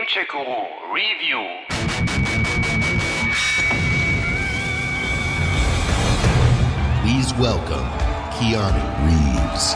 Witcher-Guru Review. Please welcome Keanu Reeves.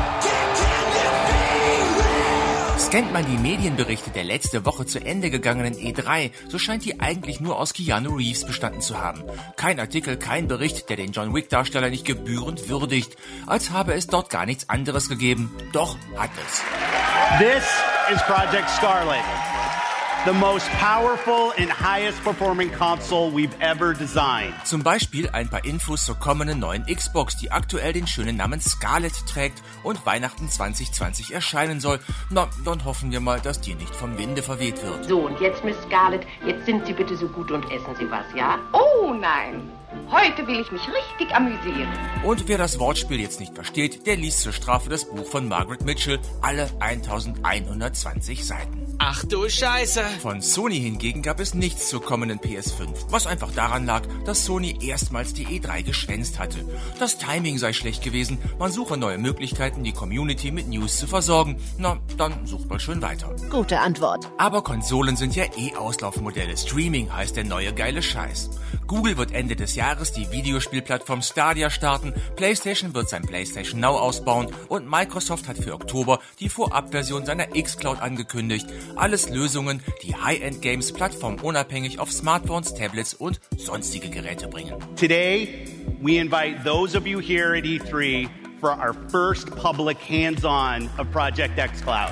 Scannt man die Medienberichte der letzte Woche zu Ende gegangenen E3, so scheint die eigentlich nur aus Keanu Reeves bestanden zu haben. Kein Artikel, kein Bericht, der den John Wick-Darsteller nicht gebührend würdigt, als habe es dort gar nichts anderes gegeben. Doch hat es. This is Project Scarlet, the most powerful and highest performing console we've ever designed. Zum Beispiel ein paar Infos zur kommenden neuen Xbox, die aktuell den schönen Namen Scarlet trägt und Weihnachten 2020 erscheinen soll. Na, dann hoffen wir mal, dass die nicht vom Winde verweht wird. So, und jetzt, Miss Scarlett, jetzt sind Sie bitte so gut und essen Sie was, ja? Oh nein, heute will ich mich richtig amüsieren. Und wer das Wortspiel jetzt nicht versteht, der liest zur Strafe das Buch von Margaret Mitchell, alle 1120 Seiten. Ach du Scheiße! Von Sony hingegen gab es nichts zur kommenden PS5, was einfach daran lag, dass Sony erstmals die E3 geschwänzt hatte. Das Timing sei schlecht gewesen, man suche neue Möglichkeiten, die Community mit News zu versorgen. Na, dann sucht mal schön weiter. Gute Antwort. Aber Konsolen sind ja Auslaufmodelle. Streaming heißt der neue geile Scheiß. Google wird Ende des Jahres die Videospielplattform Stadia starten, PlayStation wird sein PlayStation Now ausbauen und Microsoft hat für Oktober die Vorabversion seiner xCloud angekündigt. Alles Lösungen, die High-End-Games plattformunabhängig auf Smartphones, Tablets und sonstige Geräte bringen. Today, we invite those of you here at E3 for our first public hands-on of Project xCloud.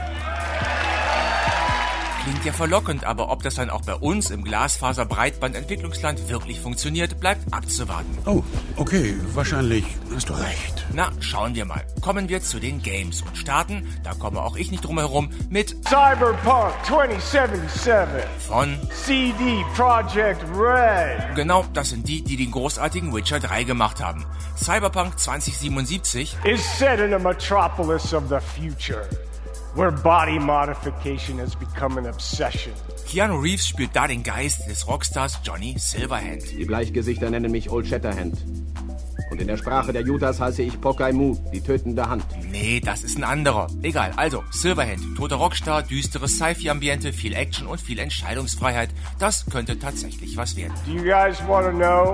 Klingt ja verlockend, aber ob das dann auch bei uns im Glasfaser-Breitband-Entwicklungsland wirklich funktioniert, bleibt abzuwarten. Oh, okay, wahrscheinlich hast du recht. Na, schauen wir mal. Kommen wir zu den Games und starten, da komme auch ich nicht drum herum, mit Cyberpunk 2077 von CD Projekt Red. Genau, das sind die den großartigen Witcher 3 gemacht haben. Cyberpunk 2077 is set in a metropolis of the future, where body modification has become an obsession. Keanu Reeves spielt da den Geist des Rockstars Johnny Silverhand. Die Bleichgesichter nennen mich Old Shatterhand. Und in der Sprache der Utahs heiße ich Pokaimu, die tötende Hand. Nee, das ist ein anderer. Egal, also, Silverhand, toter Rockstar, düsteres Sci-Fi-Ambiente, viel Action und viel Entscheidungsfreiheit. Das könnte tatsächlich was werden. Do you guys want to know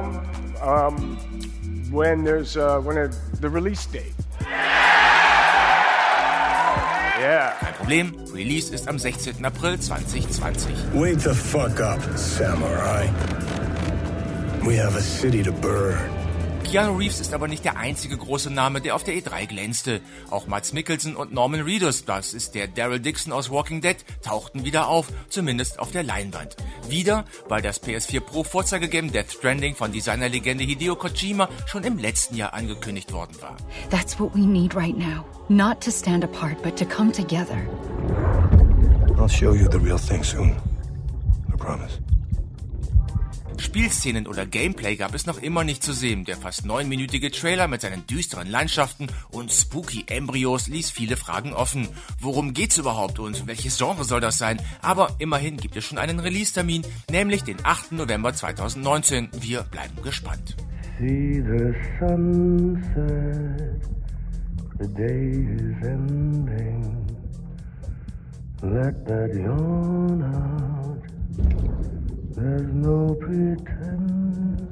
when the release date? Yeah. Kein Problem, Release ist am 16. April 2020. Wake the fuck up, Samurai. We have a city to burn. Keanu Reeves ist aber nicht der einzige große Name, der auf der E3 glänzte. Auch Mads Mikkelsen und Norman Reedus, das ist der Daryl Dixon aus Walking Dead, tauchten wieder auf, zumindest auf der Leinwand. Wieder, weil das PS4 Pro Vorzeigegame Death Stranding von Designerlegende Hideo Kojima schon im letzten Jahr angekündigt worden war. That's what we need right now. Not to stand apart, but to come together. I'll show you the real thing soon. I promise. Spielszenen oder Gameplay gab es noch immer nicht zu sehen. Der fast 9-minütige Trailer mit seinen düsteren Landschaften und spooky Embryos ließ viele Fragen offen. Worum geht's überhaupt und welches Genre soll das sein? Aber immerhin gibt es schon einen Release-Termin, nämlich den 8. November 2019. Wir bleiben gespannt. See the sunset, the day is ending. Let that yawn out. There's no pretending.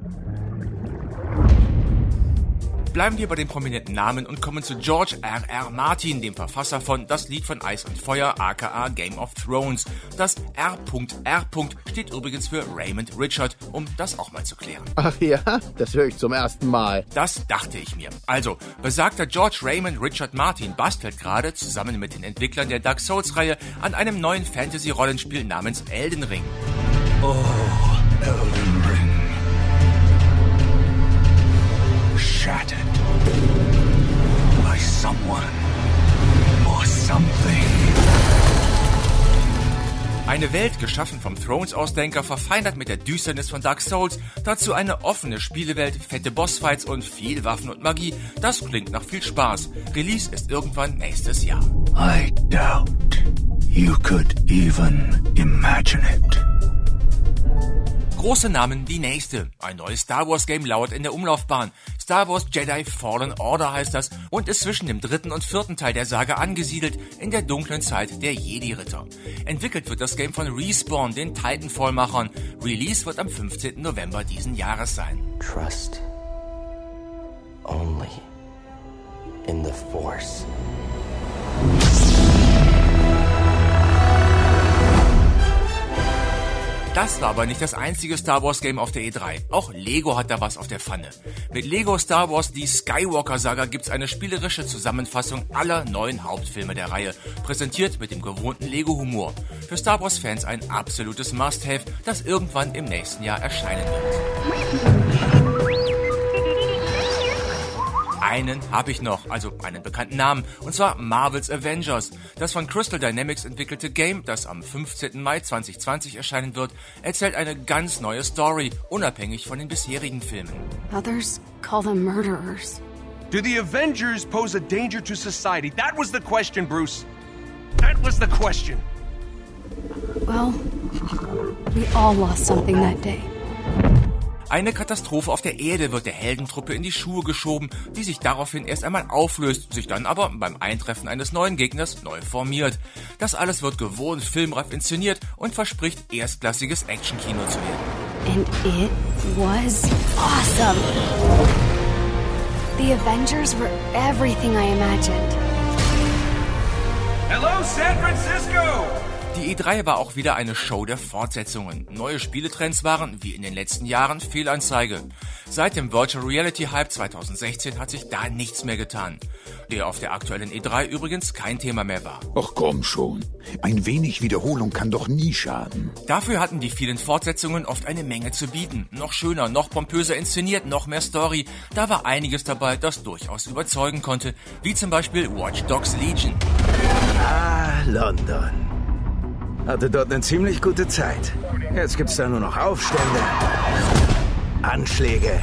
Bleiben wir bei den prominenten Namen und kommen zu George R.R. Martin, dem Verfasser von Das Lied von Eis und Feuer, aka Game of Thrones. Das R.R. steht übrigens für Raymond Richard, um das auch mal zu klären. Ach ja, das höre ich zum ersten Mal. Das dachte ich mir. Also, besagter George Raymond Richard Martin bastelt gerade zusammen mit den Entwicklern der Dark Souls-Reihe an einem neuen Fantasy-Rollenspiel namens Elden Ring. Oh, Elden Ring. Shattered by someone or something. Eine Welt, geschaffen vom Thrones-Ausdenker, verfeinert mit der Düsternis von Dark Souls, dazu eine offene Spielewelt, fette Bossfights und viel Waffen und Magie. Das klingt nach viel Spaß. Release ist irgendwann nächstes Jahr. I doubt you could even imagine it. Große Namen, die nächste. Ein neues Star Wars Game lauert in der Umlaufbahn. Star Wars Jedi Fallen Order heißt das und ist zwischen dem 3. und 4. Teil der Saga angesiedelt, in der dunklen Zeit der Jedi-Ritter. Entwickelt wird das Game von Respawn, den Titanfall-Machern. Release wird am 15. November diesen Jahres sein. Trust only in the Force. Das war aber nicht das einzige Star Wars Game auf der E3. Auch Lego hat da was auf der Pfanne. Mit Lego Star Wars Die Skywalker Saga gibt's eine spielerische Zusammenfassung aller 9 Hauptfilme der Reihe, präsentiert mit dem gewohnten Lego-Humor. Für Star Wars Fans ein absolutes Must-Have, das irgendwann im nächsten Jahr erscheinen wird. Einen habe ich noch, also einen bekannten Namen, und zwar Marvel's Avengers. Das von Crystal Dynamics entwickelte Game, das am 15. Mai 2020 erscheinen wird, erzählt eine ganz neue Story, unabhängig von den bisherigen Filmen. Others call them murderers. Do the Avengers pose a danger to society? That was the question, Bruce. That was the question. Well, we all lost something that day. Eine Katastrophe auf der Erde wird der Heldentruppe in die Schuhe geschoben, die sich daraufhin erst einmal auflöst, sich dann aber beim Eintreffen eines neuen Gegners neu formiert. Das alles wird gewohnt filmreif inszeniert und verspricht erstklassiges Actionkino zu werden. And it was awesome. The Avengers were everything I imagined. Hello, San Francisco! Die E3 war auch wieder eine Show der Fortsetzungen. Neue Spieletrends waren, wie in den letzten Jahren, Fehlanzeige. Seit dem Virtual Reality Hype 2016 hat sich da nichts mehr getan. Der auf der aktuellen E3 übrigens kein Thema mehr war. Ach komm schon. Ein wenig Wiederholung kann doch nie schaden. Dafür hatten die vielen Fortsetzungen oft eine Menge zu bieten. Noch schöner, noch pompöser inszeniert, noch mehr Story. Da war einiges dabei, das durchaus überzeugen konnte. Wie zum Beispiel Watch Dogs Legion. Ah, London. Hatte dort eine ziemlich gute Zeit. Jetzt gibt's da nur noch Aufstände, Anschläge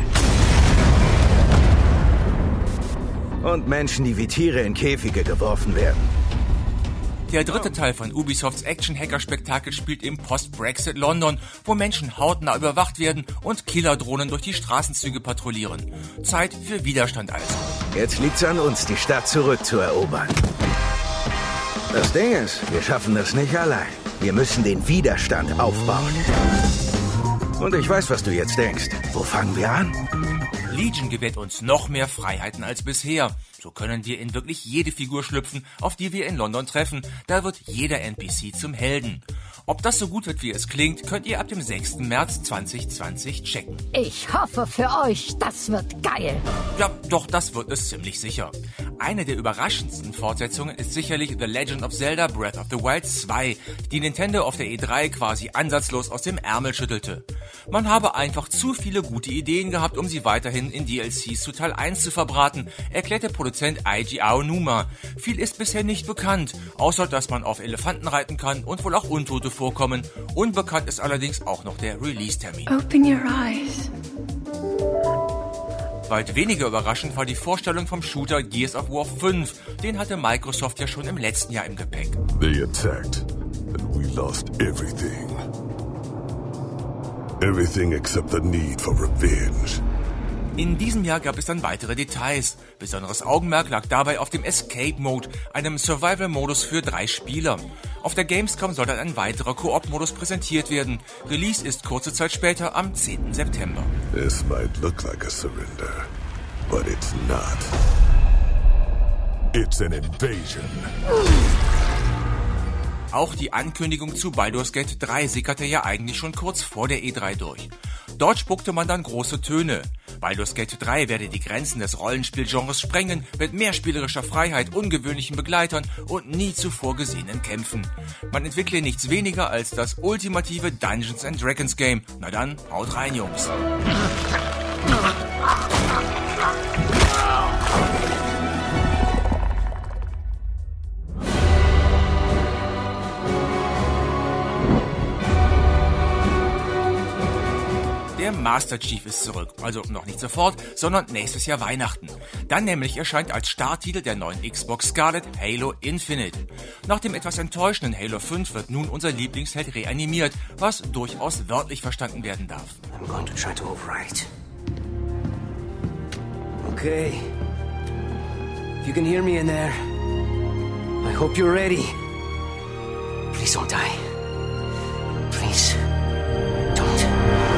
und Menschen, die wie Tiere in Käfige geworfen werden. Der 3. Teil von Ubisofts Action-Hacker-Spektakel spielt im Post-Brexit London, wo Menschen hautnah überwacht werden und Killerdrohnen durch die Straßenzüge patrouillieren. Zeit für Widerstand also. Jetzt liegt's an uns, die Stadt zurückzuerobern. Das Ding ist, wir schaffen das nicht allein. Wir müssen den Widerstand aufbauen. Und ich weiß, was du jetzt denkst. Wo fangen wir an? Legion gewährt uns noch mehr Freiheiten als bisher. So können wir in wirklich jede Figur schlüpfen, auf die wir in London treffen. Da wird jeder NPC zum Helden. Ob das so gut wird, wie es klingt, könnt ihr ab dem 6. März 2020 checken. Ich hoffe für euch, das wird geil. Ja, doch, das wird es ziemlich sicher. Eine der überraschendsten Fortsetzungen ist sicherlich The Legend of Zelda Breath of the Wild 2, die Nintendo auf der E3 quasi ansatzlos aus dem Ärmel schüttelte. Man habe einfach zu viele gute Ideen gehabt, um sie weiterhin in DLCs zu Teil 1 zu verbraten, erklärte Produzent Eiji Aonuma. Viel ist bisher nicht bekannt, außer dass man auf Elefanten reiten kann und wohl auch Untote vorkommen. Unbekannt ist allerdings auch noch der Release-Termin. Open your eyes. Weit weniger überraschend war die Vorstellung vom Shooter Gears of War 5. Den hatte Microsoft ja schon im letzten Jahr im Gepäck. They attacked and we lost everything. Everything except the need for revenge. In diesem Jahr gab es dann weitere Details. Besonderes Augenmerk lag dabei auf dem Escape Mode, einem Survival-Modus für 3 Spieler. Auf der Gamescom soll dann ein weiterer Koop-Modus präsentiert werden. Release ist kurze Zeit später am 10. September. This might look like a surrender, but it's not. It's an invasion. Auch die Ankündigung zu Baldur's Gate 3 sickerte ja eigentlich schon kurz vor der E3 durch. Dort spuckte man dann große Töne. Baldur's Gate 3 werde die Grenzen des Rollenspielgenres sprengen, mit mehr spielerischer Freiheit, ungewöhnlichen Begleitern und nie zuvor gesehenen Kämpfen. Man entwickle nichts weniger als das ultimative Dungeons & Dragons Game. Na dann, haut rein, Jungs. Der Master Chief ist zurück, also noch nicht sofort, sondern nächstes Jahr Weihnachten. Dann nämlich erscheint als Starttitel der neuen Xbox Scarlett Halo Infinite. Nach dem etwas enttäuschenden Halo 5 wird nun unser Lieblingsheld reanimiert, was durchaus wörtlich verstanden werden darf. I'm going to try to overwrite Okay. If you can hear me in there, I hope you're ready. Please don't die. Please don't die.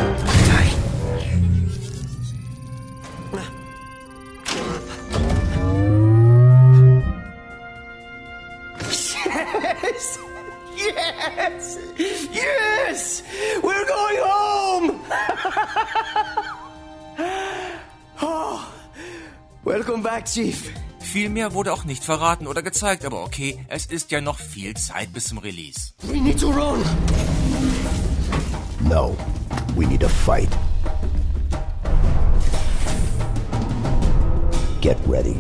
Yes! Yes! Yes! We're going home! Oh, welcome back, Chief. Viel mehr wurde auch nicht verraten oder gezeigt, aber okay, es ist ja noch viel Zeit bis zum Release. We need to run! No, we need to fight. Get ready.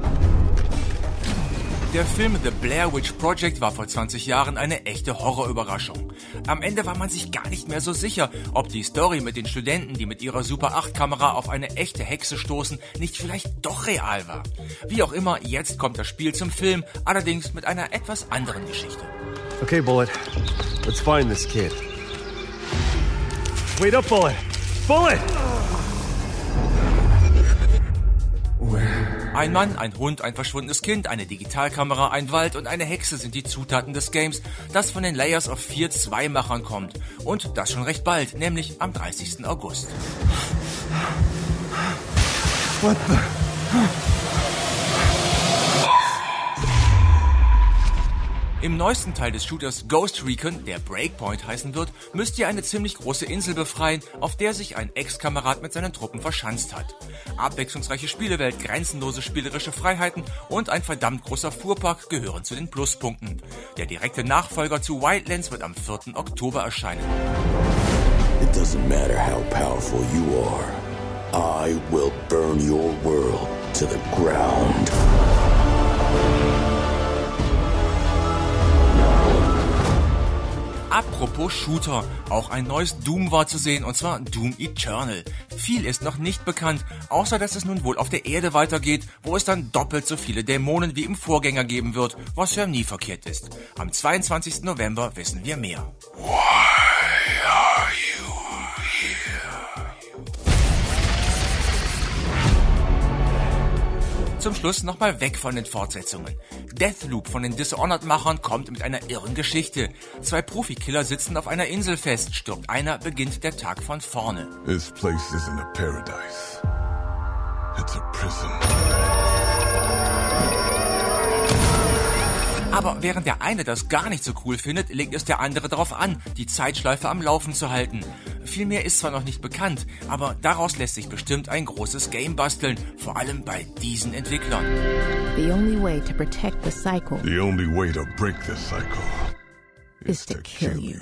Der Film The Blair Witch Project war vor 20 Jahren eine echte Horrorüberraschung. Am Ende war man sich gar nicht mehr so sicher, ob die Story mit den Studenten, die mit ihrer Super 8-Kamera auf eine echte Hexe stoßen, nicht vielleicht doch real war. Wie auch immer, jetzt kommt das Spiel zum Film, allerdings mit einer etwas anderen Geschichte. Okay, Bullet. Let's find this kid. Wait up, Bullet! Bullet! Ein Mann, ein Hund, ein verschwundenes Kind, eine Digitalkamera, ein Wald und eine Hexe sind die Zutaten des Games, das von den Layers of Fear 2-Machern kommt. Und das schon recht bald, nämlich am 30. August. What the... Im neuesten Teil des Shooters Ghost Recon, der Breakpoint heißen wird, müsst ihr eine ziemlich große Insel befreien, auf der sich ein Ex-Kamerad mit seinen Truppen verschanzt hat. Abwechslungsreiche Spielewelt, grenzenlose spielerische Freiheiten und ein verdammt großer Fuhrpark gehören zu den Pluspunkten. Der direkte Nachfolger zu Wildlands wird am 4. Oktober erscheinen. It doesn't matter how powerful you are. I will burn your world to the ground. Apropos Shooter, auch ein neues Doom war zu sehen, und zwar Doom Eternal. Viel ist noch nicht bekannt, außer dass es nun wohl auf der Erde weitergeht, wo es dann doppelt so viele Dämonen wie im Vorgänger geben wird, was ja nie verkehrt ist. Am 22. November wissen wir mehr. Zum Schluss nochmal weg von den Fortsetzungen. Deathloop von den Dishonored-Machern kommt mit einer irren Geschichte. 2 Profikiller sitzen auf einer Insel fest, stirbt einer, beginnt der Tag von vorne. This place isn't a paradise. It's a prison. Aber während der eine das gar nicht so cool findet, legt es der andere darauf an, die Zeitschleife am Laufen zu halten. Viel mehr ist zwar noch nicht bekannt, aber daraus lässt sich bestimmt ein großes Game basteln, vor allem bei diesen Entwicklern. The only way to protect the cycle. The only way to break the cycle is to kill you.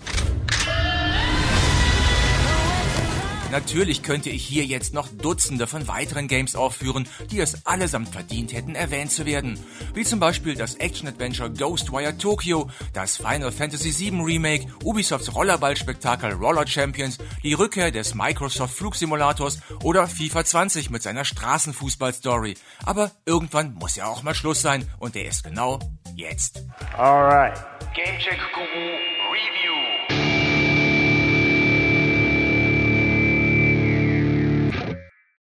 Natürlich könnte ich hier jetzt noch Dutzende von weiteren Games aufführen, die es allesamt verdient hätten, erwähnt zu werden. Wie zum Beispiel das Action-Adventure Ghostwire Tokyo, das Final Fantasy VII Remake, Ubisofts Rollerballspektakel Roller Champions, die Rückkehr des Microsoft Flugsimulators oder FIFA 20 mit seiner Straßenfußball-Story. Aber irgendwann muss ja auch mal Schluss sein, und der ist genau jetzt. Alright. Gamecheck Guru Review.